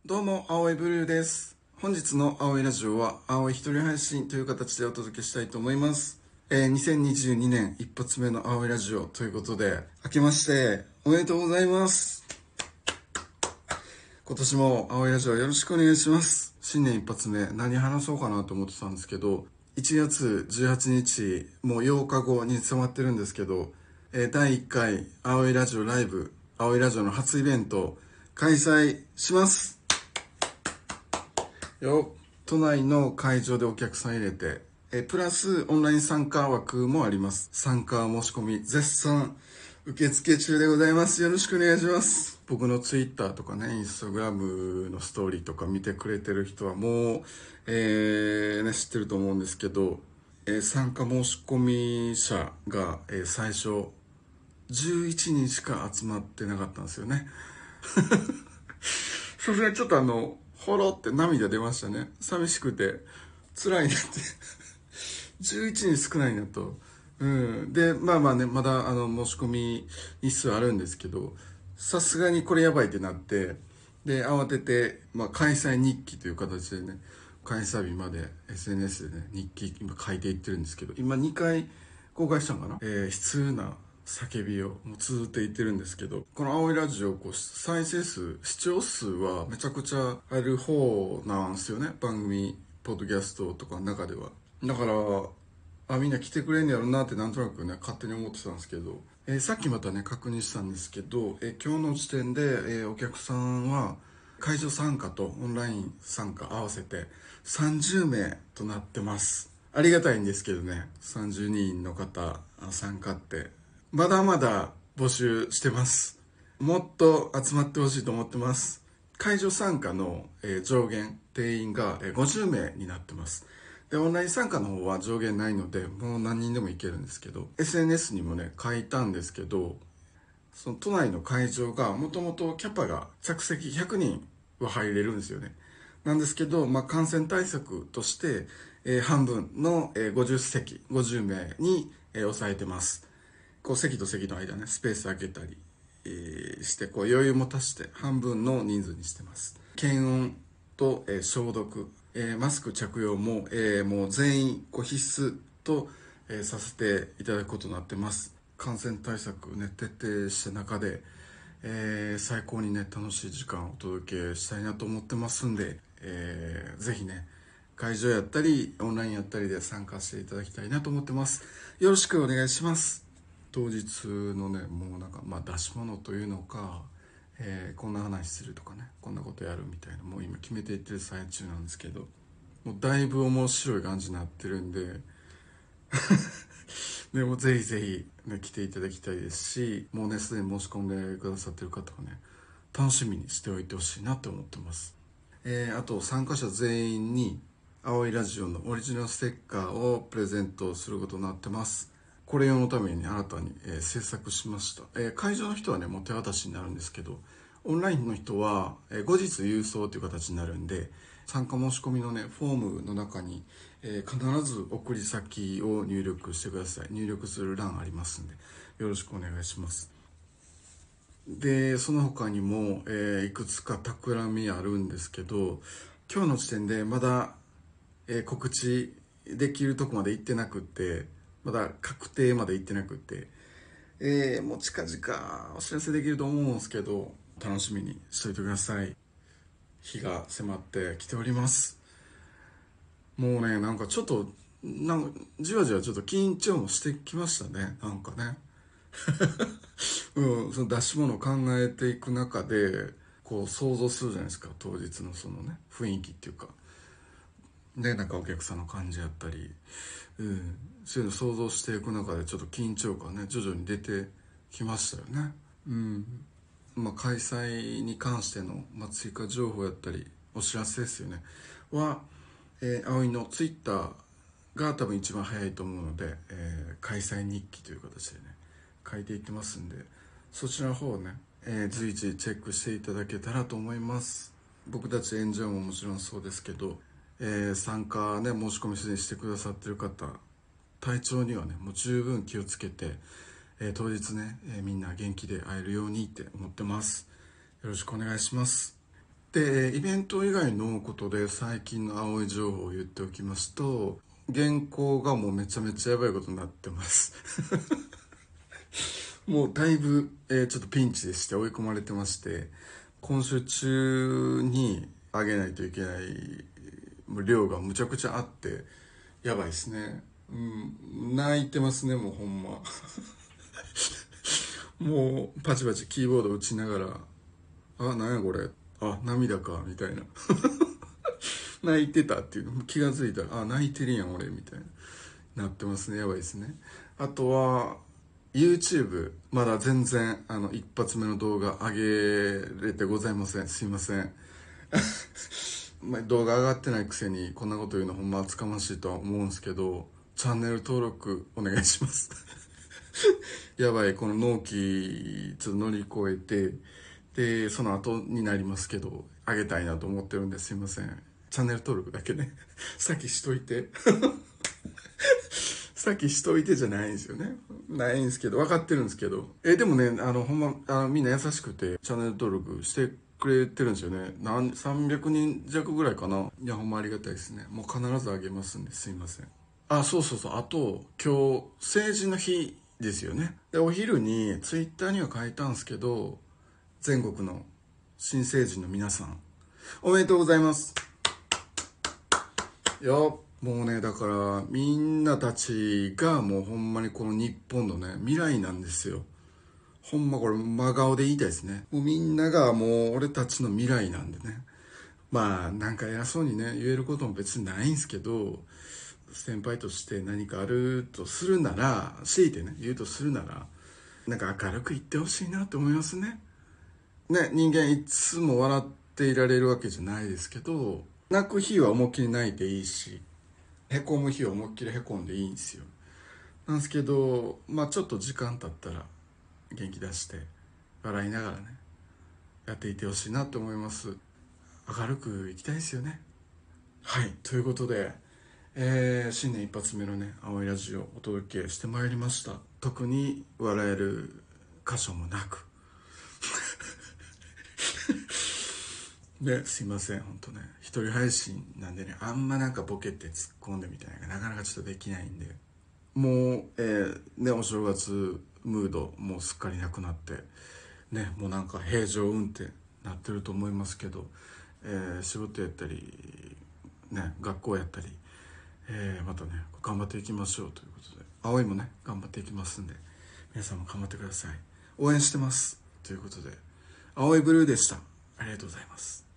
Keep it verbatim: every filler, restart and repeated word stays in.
どうも、青いブルーです。本日の青いラジオは、青い一人配信という形でお届けしたいと思います。えー、にせんにじゅうにねん一発目の青いラジオということで、明けましておめでとうございます。今年も青いラジオよろしくお願いします。新年一発目、何話そうかなと思ってたんですけど、いちがつじゅうはちにち、もうようかごに迫ってるんですけど、えー、だいいっかい青いラジオライブ、青いラジオの初イベント、開催します。よ都内の会場でお客さん入れて、えプラスオンライン参加枠もあります。参加申し込み絶賛受付中でございます。よろしくお願いします。僕のツイッターとかね、インスタグラムのストーリーとか見てくれてる人はもう、えーね、知ってると思うんですけど、えー参加申し込み者が、えー最初じゅういちにんしか集まってなかったんですよね。さすがにちょっとあの、ほろって涙出ましたね。寂しくて、辛いなって。じゅういちにん少ないなと。うん。で、まあまあね、まだあの、申し込み日数あるんですけど、さすがにこれやばいってなって、で、慌てて、まあ、開催日記という形でね、開催日まで エスエヌエス でね、日記今書いていってるんですけど、今にかい公開したのかな。えー、悲痛な叫びをもう綴っていってるんですけど、この青いラジオ、こう、再生数、視聴数はめちゃくちゃある方なんですよね。番組、ポッドキャストとかの中では。だから、あ、みんな来てくれんねやろなってなんとなくね、勝手に思ってたんですけど、えーさっきまたね、確認したんですけど、えー今日の時点で、えーお客さんは、会場参加とオンライン参加合わせてさんじゅうめいとなってます。ありがたいんですけどね、さんじゅうにんの方参加って、まだまだ募集してます。もっと集まってほしいと思ってます。会場参加の、えー上限、定員が、えーごじゅうめいになってます。で、オンライン参加の方は上限ないので、もう何人でもいけるんですけど、エスエヌエス にもね、書いたんですけど、その都内の会場がもともとキャパが着席ひゃくにんは入れるんですよね。なんですけど、まあ、感染対策として、えー半分の、えーごじゅっせき、ごじゅうめいに、えー抑えてます。こう席と席の間ね、スペース空けたり、えーして、こう余裕持たして半分の人数にしてます。検温と、えー消毒、えーマスク着用も、えーもう全員こう必須と、えーさせていただくことになってます。感染対策ね、徹底した中で、えー最高にね、楽しい時間をお届けしたいなと思ってますんで、えーぜひね、会場やったり、オンラインやったりで参加していただきたいなと思ってます。よろしくお願いします。当日のね、もうなんか、まあ出し物というのか、えーこんな話するとかね、こんなことやるみたいな、もう今決めていってる最中なんですけど、もうだいぶ面白い感じになってるんで、でもぜひぜひ、ね、来ていただきたいですし、もうね、すでに申し込んでくださってる方はね、楽しみにしておいてほしいなって思ってます。えー、あと参加者全員に、青いラジオのオリジナルステッカーをプレゼントすることになってます。これ用のために、ね、新たに、えー制作しました。えー会場の人はね、もう手渡しになるんですけど、オンラインの人は、えー後日郵送という形になるんで、参加申し込みのね、フォームの中に、えー必ず送り先を入力してください。入力する欄ありますんで、よろしくお願いします。で、その他にも、えーいくつか企みあるんですけど、今日の時点でまだ、えー告知できるとこまで行ってなくって、まだ確定まで行ってなくって、えーもう近々お知らせできると思うんですけど、楽しみにしといてください。日が迫ってきております。もうね、なんかちょっと、なんか、じわじわちょっと緊張もしてきましたね、なんかね。うん、その出し物を考えていく中で、こう想像するじゃないですか、当日のそのね、雰囲気っていうか。で、なんかお客さんの感じやったり、うん、そういうの想像していく中でちょっと緊張感ね、徐々に出てきましたよね。うん。まあ、開催に関しての、まあ、追加情報やったり、お知らせですよね。は、えー、葵のツイッターが多分一番早いと思うので、えー開催日記という形でね、書いていってますんで、そちらの方をね、えー随時チェックしていただけたらと思います。僕たち演者ももちろんそうですけど、えー参加ね、申し込みすでにしてくださってる方、体調にはね、もう十分気をつけて、えー当日ね、えーみんな元気で会えるようにって思ってます。よろしくお願いします。 で、イベント以外のことで最近の青い情報を言っておきますと、原稿がもうめちゃめちゃやばいことになってます。もうだいぶ、えーちょっとピンチでして追い込まれてまして、今週中に上げないといけないもう量がむちゃくちゃあって、やばいですね。うん、泣いてますね、もうほんま。もうパチパチキーボード打ちながら、あ、なんやこれ。あ、涙か、みたいな。泣いてたっていうの気がついたら、あ、泣いてるやん俺、みたいな。なってますね。やばいですね。あとは、YouTube、まだ全然、あの、一発目の動画上げれてございません。すいません。まあ、動画上がってないくせにこんなこと言うのほんま厚かましいとは思うんですけど、チャンネル登録お願いします。やばい、この納期ちょっと乗り越えて、で、その後になりますけど、あげたいなと思ってるんですいません。チャンネル登録だけね、先しといて。先しといてじゃないんですよね。ないんですけど、分かってるんですけど。え、でもね、あの、ほんま、あのみんな優しくて、チャンネル登録してくれてるんですよね。なん、さんびゃくにん弱ぐらいかな。いや、ほんまありがたいですね。もう必ずあげますんで、すいません。あ、そうそうそう。あと、今日、成人の日ですよね。で、お昼に、ツイッターには書いたんですけど、全国の新成人の皆さん、おめでとうございます。よもうね、だからみんなたちがもうほんまにこの日本のね未来なんですよ。ほんまこれ真顔で言いたいですね。もうみんながもう俺たちの未来なんでね。まあなんか偉そうにね言えることも別にないんですけど、先輩として何かあるとするなら、強いてね言うとするなら、なんか明るく言ってほしいなと思いますね。ね、人間いつも笑っていられるわけじゃないですけど、泣く日は思いっきり泣いていいし、へこむ日は思いっきりへこんでいいんですよ。なんですけど、まあちょっと時間経ったら元気出して笑いながらねやっていてほしいなと思います。明るくいきたいですよね。はい、ということで、えー新年一発目のね青いラジオをお届けしてまいりました。特に笑える箇所もなくね、すいません本当ね、一人配信なんでね、あんまなんかボケて突っ込んでみたいなのがなかなかちょっとできないんで、もう、えーね、お正月ムードもうすっかりなくなって、ね、もうなんか平常運転なってると思いますけど、えー仕事やったり、ね、学校やったり、えーまたね頑張っていきましょうということで、葵もね頑張っていきますんで、皆さんも頑張ってください。応援してますということで、葵ブルーでした。ありがとうございます。